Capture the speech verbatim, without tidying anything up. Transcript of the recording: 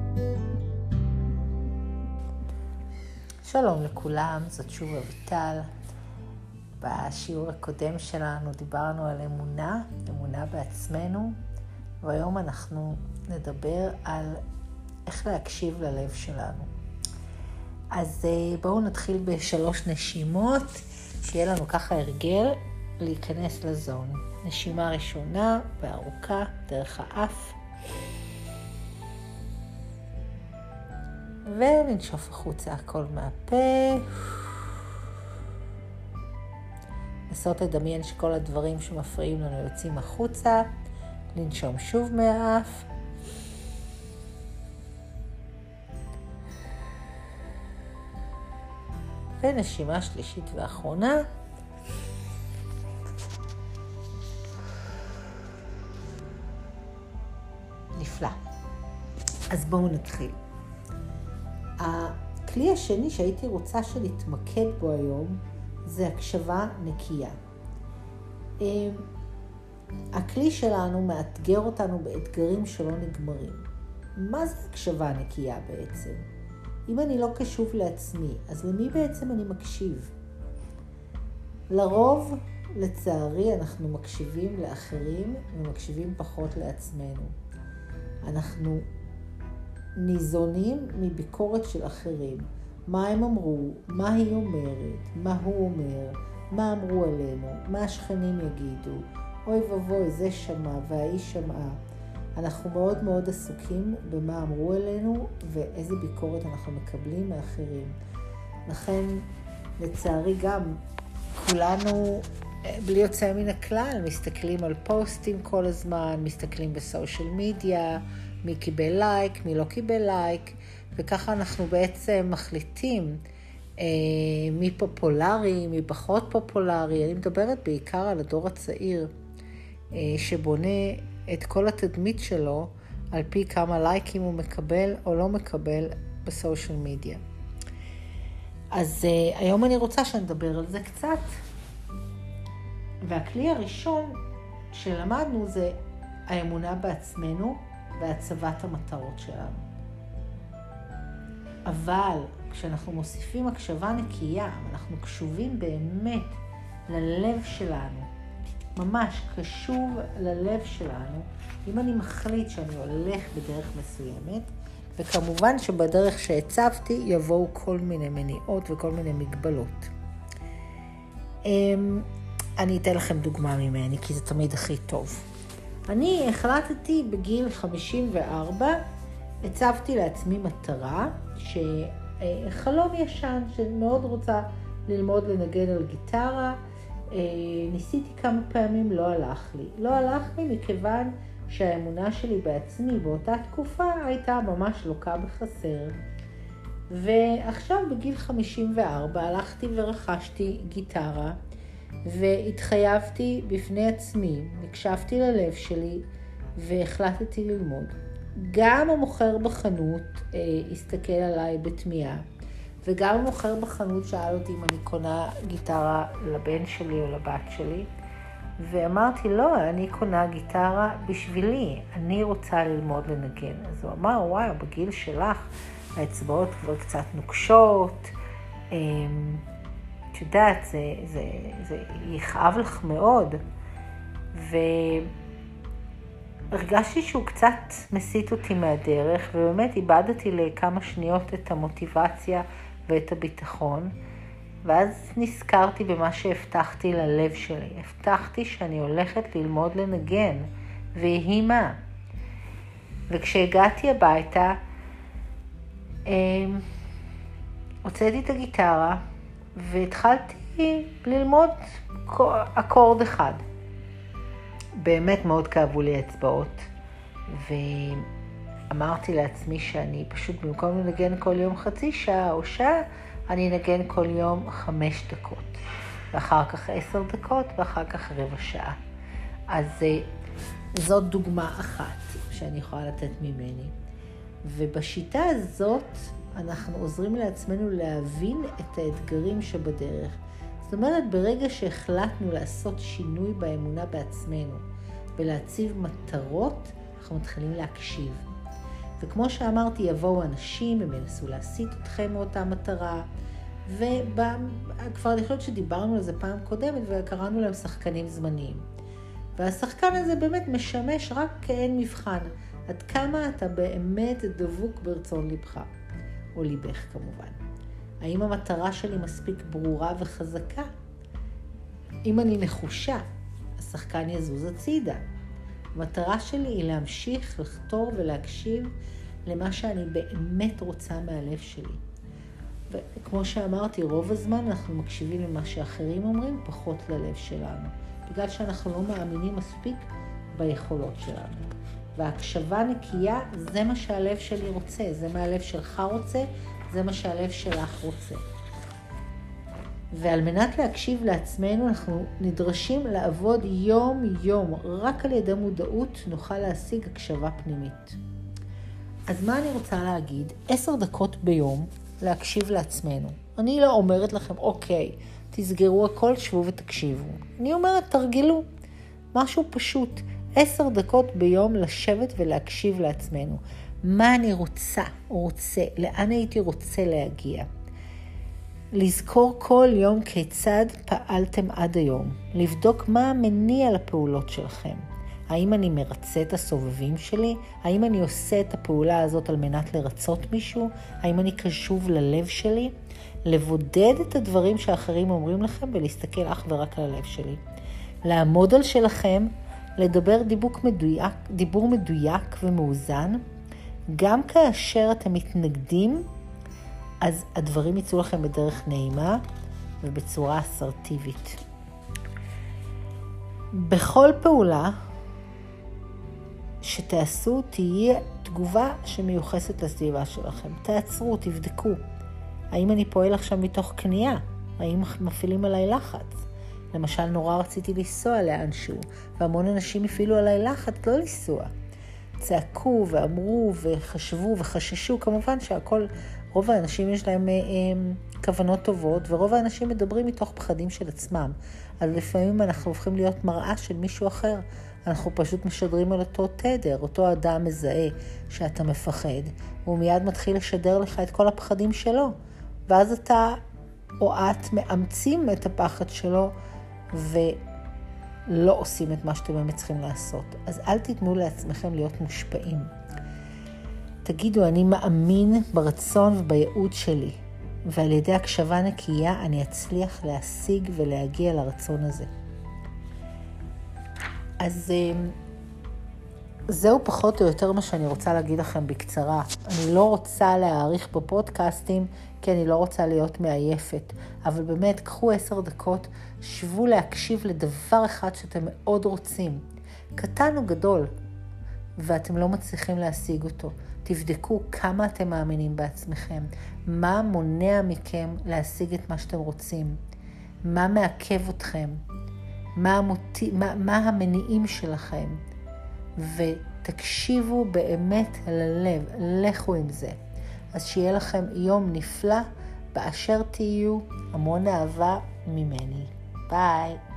שלום לכולם, זאת שוב אביטל. בשיעור הקודם שלנו דיברנו על אמונה, אמונה בעצמנו, והיום אנחנו נדבר על איך להקשיב ללב שלנו. אז בואו נתחיל בשלוש נשימות, שיהיה לנו ככה הרגל להיכנס לזון. נשימה ראשונה בארוכה דרך האף, וננשוף החוצה הכל מהפה. נסות לדמיין שכל הדברים שמפריעים לנו יוצאים החוצה. לנשום שוב מהאף. ונשימה שלישית ואחרונה. נפלא. אז בואו נתחיל. הכלי השני שהייתי רוצה שנתמקד בו היום זה הקשבה נקייה. הכלי שלנו מאתגר אותנו באתגרים שלא נגמרים. מה זה הקשבה נקייה בעצם? אם אני לא קשוב לעצמי, אז למי בעצם אני מקשיב? לרוב, לצערי, אנחנו מקשיבים לאחרים ומקשיבים פחות לעצמנו. אנחנו ניזונים מביקורת של אחרים. מה הם אמרו, מה היא אומרת, מה הוא אומר, מה אמרו עלינו, מה השכנים יגידו. אוי ובוי, זה שמע והאיש שמעה. אנחנו מאוד מאוד עסוקים במה אמרו עלינו ואיזה ביקורת אנחנו מקבלים מאחרים. לכן, לצערי גם, כולנו בלי יוצא מן הכלל מסתכלים על פוסטים כל הזמן, מסתכלים בסושיאל מדיה, מי קיבל לייק, מי לא קיבל לייק, וככה אנחנו בעצם מחליטים אה, מי פופולרי, מי פחות פופולרי. אני מדברת בעיקר על הדור הצעיר, אה, שבונה את כל התדמית שלו על פי כמה לייקים הוא מקבל או לא מקבל בסושיאל מדיה. אז אה, היום אני רוצה שנדבר על זה קצת. והכלי הראשון שלמדנו זה האמונה בעצמנו, בהצבת המטרות שלנו. אבל כשאנחנו מוסיפים הקשבה נקייה, אנחנו קשובים באמת ללב שלנו, ממש קשוב ללב שלנו, אם אני מחליט שאני הולך בדרך מסוימת, וכמובן שבדרך שהצבתי יבואו כל מיני מניעות וכל מיני מגבלות. אני אתן לכם דוגמה ממני, כי זה תמיד הכי טוב. אני החלטתי בגיל חמישים וארבע, הצבתי לעצמי מטרה, שחלום ישן, שמאוד רוצה ללמוד לנגן על גיטרה. ניסיתי כמה פעמים, לא הלך לי. לא הלך לי מכיוון שהאמונה שלי בעצמי באותה תקופה הייתה ממש לוקה בחסר. ועכשיו בגיל חמישים וארבע הלכתי ורכשתי גיטרה, והתחייבתי בפני עצמי, הקשבתי ללב שלי והחלטתי ללמוד. גם המוכר בחנות אה, הסתכל עליי בתמיהה, וגם המוכר בחנות שאל אותי אם אני קונה גיטרה לבן שלי או לבת שלי, ואמרתי לא, אני קונה גיטרה בשבילי, אני רוצה ללמוד לנגן. אז הוא אמר, וואי, בגיל שלך האצבעות כבר קצת נוקשות, אה, את יודעת, זה, זה, זה יכאב לך מאוד. והרגשתי שהוא קצת מסית אותי מהדרך, ובאמת איבדתי לכמה שניות את המוטיבציה ואת הביטחון. ואז נזכרתי במה שהבטחתי ללב שלי. הבטחתי שאני הולכת ללמוד לנגן, ויהי מה. וכשהגעתי הביתה, הוצאתי את הגיטרה, והתחלתי ללמוד אקורד אחד. באמת מאוד כאבו לי האצבעות, ואמרתי לעצמי שאני פשוט במקום לנגן כל יום חצי שעה או שעה, אני אנגן כל יום חמש דקות, ואחר כך עשר דקות, ואחר כך רבע שעה. אז זאת דוגמה אחת שאני יכולה לתת ממני. ובשיטה הזאת אנחנו עוזרים לעצמנו להבין את האתגרים שבדרך. זאת אומרת, ברגע שהחלטנו לעשות שינוי באמונה בעצמנו ולהציב מטרות, אנחנו מתחילים להקשיב. וכמו שאמרתי, יבואו אנשים, הם ינסו להסיט אתכם מאותה מטרה, וכבר אני חושבת שדיברנו על זה פעם קודמת, וקראנו להם שחקנים זמניים. והשחקן הזה באמת משמש רק כאין מבחן, עד כמה אתה באמת דבוק ברצון לבך, או ליבך כמובן. האם המטרה שלי מספיק ברורה וחזקה? אם אני נחושה, השחקן יזוז הצידה. המטרה שלי היא להמשיך, לחתור ולהקשיב למה שאני באמת רוצה מהלב שלי. וכמו שאמרתי, רוב הזמן אנחנו מקשיבים למה שאחרים אומרים, פחות ללב שלנו. בגלל שאנחנו לא מאמינים מספיק ביכולות שלנו. וההקשבה נקייה, זה מה שהלב שלי רוצה, זה מה הלב שלך רוצה, זה מה שהלב שלך רוצה. ועל מנת להקשיב לעצמנו, אנחנו נדרשים לעבוד יום יום, רק על ידי מודעות נוכל להשיג הקשבה פנימית. אז מה אני רוצה להגיד? עשר דקות ביום להקשיב לעצמנו. אני לא אומרת לכם, אוקיי, תסגרו הכל, שבו ותקשיבו. אני אומרת, תרגלו. משהו פשוט. עשר דקות ביום לשבת ולהקשיב לעצמנו. מה אני רוצה או רוצה, לאן הייתי רוצה להגיע. לזכור כל יום כיצד פעלתם עד היום. לבדוק מה המניע לפעולות שלכם. האם אני מרצה את הסובבים שלי? האם אני עושה את הפעולה הזאת על מנת לרצות מישהו? האם אני קשוב ללב שלי? לבודד את הדברים שאחרים אומרים לכם ולהסתכל אך ורק על הלב שלי. לעמוד על שלכם, לדבר דיבוק מדויק, דיבור מדויק ומאוזן. גם כאשר אתם מתנגדים, אז הדברים יצאו לכם בדרך נעימה ובצורה אסרטיבית. בכל פעולה שתעשו תהיה תגובה שמיוחסת לסביבה שלכם. תעצרו, תבדקו. האם אני פועל עכשיו מתוך קנייה? האם מפעילים עליי לחץ? למשל, נורא רציתי לנסוע לאנשהו, והמון אנשים הפעילו עליי לחץ לא לנסוע. צעקו ואמרו וחשבו וחששו. כמובן שהכל, רוב האנשים יש להם אה, אה, כוונות טובות, ורוב האנשים מדברים מתוך פחדים של עצמם. אז לפעמים אנחנו הופכים להיות מראה של מישהו אחר. אנחנו פשוט משדרים על אותו תדר, אותו אדם מזהה שאתה מפחד, והוא מיד מתחיל לשדר לך את כל הפחדים שלו. ואז אתה או את מאמצים את הפחד שלו, ולא עושים את מה שאתם באמת צריכים לעשות. אז אל תיתנו לעצמכם להיות מושפעים. תגידו, אני מאמין ברצון ובייעוד שלי, ועל ידי הקשבה נקייה אני אצליח להשיג ולהגיע לרצון הזה. אז זהו פחות או יותר מה שאני רוצה להגיד לכם בקצרה. אני לא רוצה להאריך בפודקאסטים, כי אני לא רוצה להיות מעייפת. אבל באמת, קחו עשר דקות, שבו להקשיב לדבר אחד שאתם מאוד רוצים. קטן או גדול, ואתם לא מצליחים להשיג אותו. תבדקו כמה אתם מאמינים בעצמכם. מה מונע מכם להשיג את מה שאתם רוצים? מה מעכב אתכם? מה, המוטי, מה, מה המניעים שלכם? ותקשיבו באמת ללב, לכו עם זה. אז שיהיה לכם יום נפלא, באשר תהיו, המון אהבה ממני. ביי.